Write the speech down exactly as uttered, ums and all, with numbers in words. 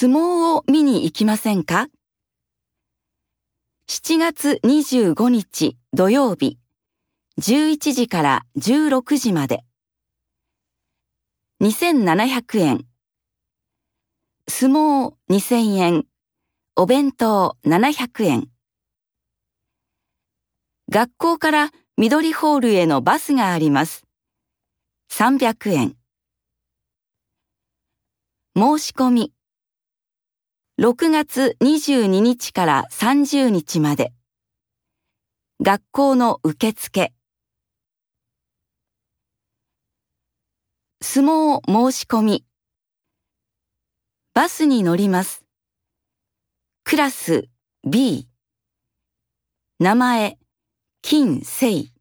相撲を見に行きませんか？しちがつにじゅうごにち土曜日、じゅういちじからじゅうろくじまで。にせんななひゃくえん。相撲にせんえん。お弁当ななひゃくえん。学校から緑ホールへのバスがあります。さんびゃくえん。申し込み。ろくがつにじゅうににちからさんじゅうにちまで。学校の受付。相撲申し込み。バスに乗ります。クラス ビー。名前、金星。